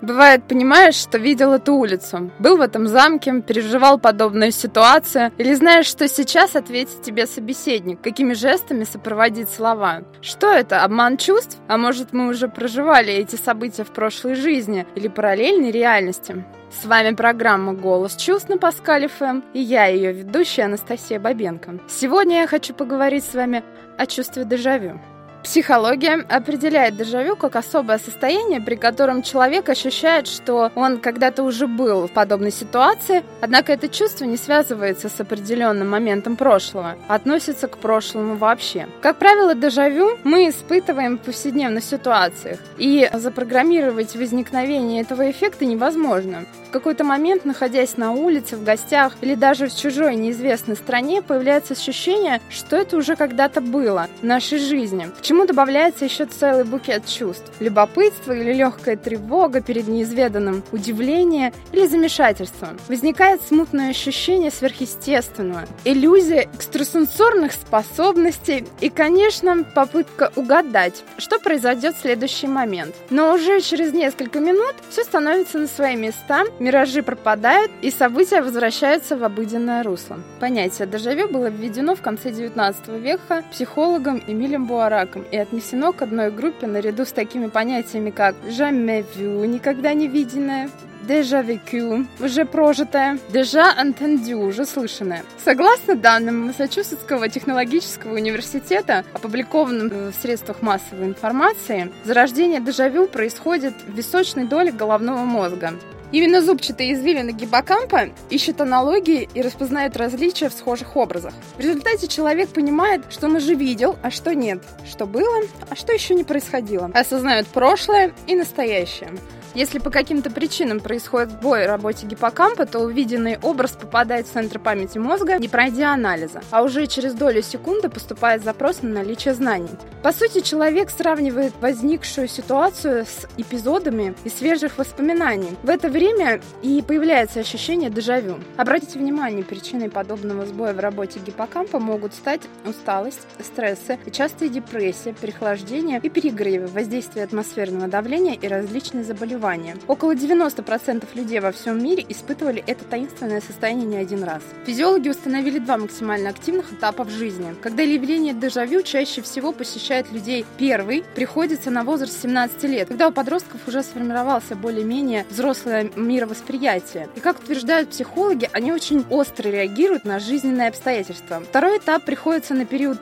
Бывает, понимаешь, что видел эту улицу, был в этом замке, переживал подобную ситуацию, или знаешь, что сейчас ответит тебе собеседник, какими жестами сопроводить слова. Что это, обман чувств? А может, мы уже проживали эти события в прошлой жизни или параллельной реальности? С вами программа «Голос чувств» на Паскале ФМ, и я, ее ведущая Анастасия Бабенко. Сегодня я хочу поговорить с вами о чувстве дежавю. Психология определяет дежавю как особое состояние, при котором человек ощущает, что он когда-то уже был в подобной ситуации, однако это чувство не связывается с определенным моментом прошлого, а относится к прошлому вообще. Как правило, дежавю мы испытываем в повседневных ситуациях, и запрограммировать возникновение этого эффекта невозможно. В какой-то момент, находясь на улице, в гостях или даже в чужой неизвестной стране, появляется ощущение, что это уже когда-то было в нашей жизни. К чему добавляется еще целый букет чувств. Любопытство или легкая тревога перед неизведанным, удивление или замешательство. Возникает смутное ощущение сверхъестественного, иллюзия экстрасенсорных способностей и, конечно, попытка угадать, что произойдет в следующий момент. Но уже через несколько минут все становится на свои места, миражи пропадают, и события возвращаются в обыденное русло. Понятие дежавю было введено в конце XIX века психологом Эмилем Буараком и отнесено к одной группе наряду с такими понятиями, как «jamais vu» — никогда не виденное, «déjà vécu» — уже прожитое, «déjà entendu» — уже слышанное. Согласно данным Массачусетского технологического университета, опубликованным в средствах массовой информации, зарождение дежавю происходит в височной доле головного мозга. Именно зубчатые извилины гиппокампа ищут аналогии и распознают различия в схожих образах. В результате человек понимает, что он уже видел, а что нет, что было, а что еще не происходило. Осознает прошлое и настоящее. Если по каким-то причинам происходит сбой в работе гиппокампа, то увиденный образ попадает в центр памяти мозга, не пройдя анализа, а уже через долю секунды поступает запрос на наличие знаний. По сути, человек сравнивает возникшую ситуацию с эпизодами из свежих воспоминаний. В это время и появляется ощущение дежавю. Обратите внимание, причиной подобного сбоя в работе гиппокампа могут стать усталость, стрессы, частая депрессия, переохлаждение и перегревы, воздействие атмосферного давления и различные заболевания. Около 90% людей во всем мире испытывали это таинственное состояние не один раз. Физиологи установили два максимально активных этапа в жизни. Когда явление дежавю чаще всего посещает людей, первый приходится на возраст 17 лет, когда у подростков уже сформировался более-менее взрослое мировосприятие. И, как утверждают психологи, они очень остро реагируют на жизненные обстоятельства. Второй этап приходится на период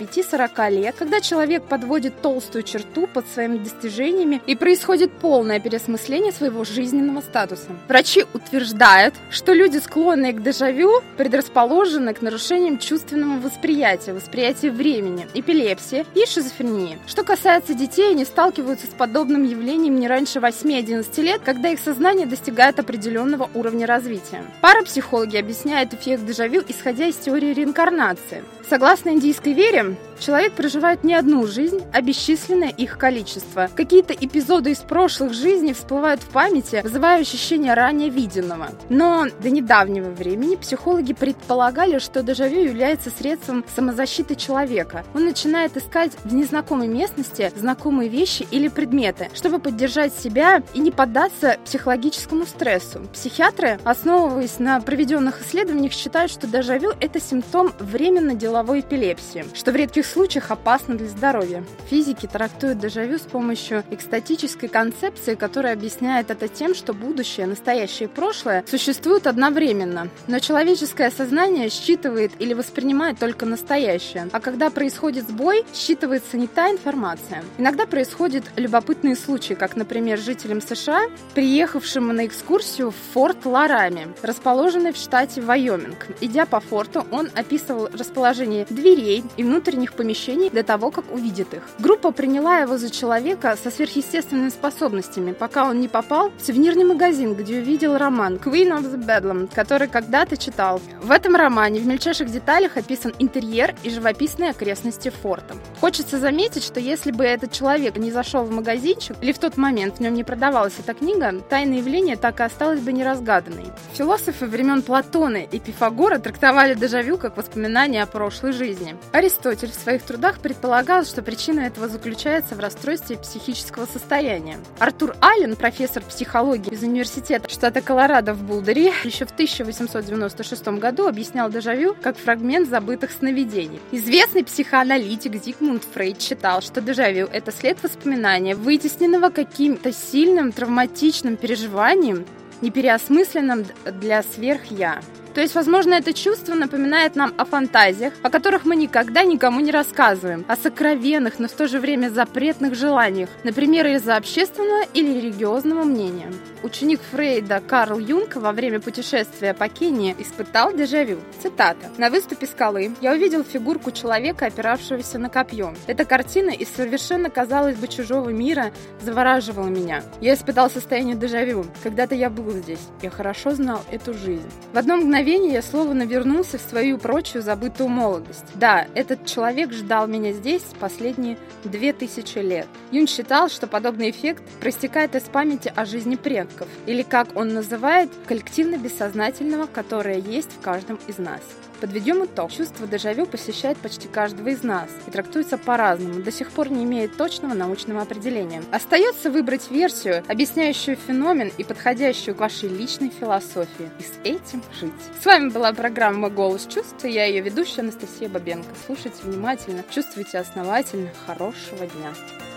35-40 лет, когда человек подводит толстую черту под своими достижениями и происходит полное переосмысление своего жизненного статуса. Врачи утверждают, что люди, склонные к дежавю, предрасположены к нарушениям чувственного восприятия времени, эпилепсии и шизофрении. Что касается детей, они сталкиваются с подобным явлением не раньше 8-11 лет, когда их сознание достигает определенного уровня развития. Парапсихологи объясняют эффект дежавю, исходя из теории реинкарнации. Согласно индийской вере, человек проживает не одну жизнь, а бесчисленное их количество. Какие-то эпизоды из прошлых жизней всплывают в памяти, вызывая ощущение ранее виденного. Но до недавнего времени психологи предполагали, что дежавю является средством самозащиты человека. Он начинает искать в незнакомой местности знакомые вещи или предметы, чтобы поддержать себя и не поддаться психологическому стрессу. Психиатры, основываясь на проведенных исследованиях, считают, что дежавю – это симптом временно-деловой эпилепсии, что в редких случаях опасно для здоровья. Физики трактуют дежавю с помощью экстатической концепции, которая объясняет это тем, что будущее, настоящее и прошлое существуют одновременно, но человеческое сознание считывает или воспринимает только настоящее, а когда происходит сбой, считывается не та информация. Иногда происходят любопытные случаи, как, например, жителям США, приехавшим на экскурсию в форт Ларами, расположенный в штате Вайоминг. Идя по форту, он описывал расположение дверей и внутренних помещений до того, как увидит их. Группа приняла его за человека со сверхъестественными способностями, пока он не попал в сувенирный магазин, где увидел роман Queen of the Bedlam, который когда-то читал. В этом романе в мельчайших деталях описан интерьер и живописные окрестности форта. Хочется заметить, что если бы этот человек не зашел в магазинчик, или в тот момент в нем не продавалась эта книга, тайное явление так и осталось бы неразгаданной. Философы времен Платона и Пифагора трактовали дежавю как воспоминание о прошлой жизни. Аристотель в своей своих трудах предполагал, что причина этого заключается в расстройстве психического состояния. Артур Аллен, профессор психологии из университета штата Колорадо в Болдере, еще в 1896 году объяснял дежавю как фрагмент забытых сновидений. Известный психоаналитик Зигмунд Фрейд считал, что дежавю – это след воспоминания, вытесненного каким-то сильным травматичным переживанием, непереосмысленным для сверх-я. То есть, возможно, это чувство напоминает нам о фантазиях, о которых мы никогда никому не рассказываем, о сокровенных, но в то же время запретных желаниях, например, из-за общественного или религиозного мнения. Ученик Фрейда Карл Юнг во время путешествия по Кении испытал дежавю. Цитата. «На выступе скалы я увидел фигурку человека, опиравшегося на копье. Эта картина из совершенно, казалось бы, чужого мира завораживала меня. Я испытал состояние дежавю. Когда-то я был здесь. Я хорошо знал эту жизнь. В одно мгновение я словно вернулся в свою прочую забытую молодость. Да, этот человек ждал меня здесь последние 2000 лет». Юнг считал, что подобный эффект проистекает из памяти о жизни предков, или, как он называет, коллективно-бессознательного, которое есть в каждом из нас. Подведем итог. Чувство дежавю посещает почти каждого из нас и трактуется по-разному, до сих пор не имеет точного научного определения. Остается выбрать версию, объясняющую феномен и подходящую к вашей личной философии, и с этим жить. С вами была программа «Голос чувств», и я ее ведущая Анастасия Бабенко. Слушайте внимательно, чувствуйте основательно. Хорошего дня!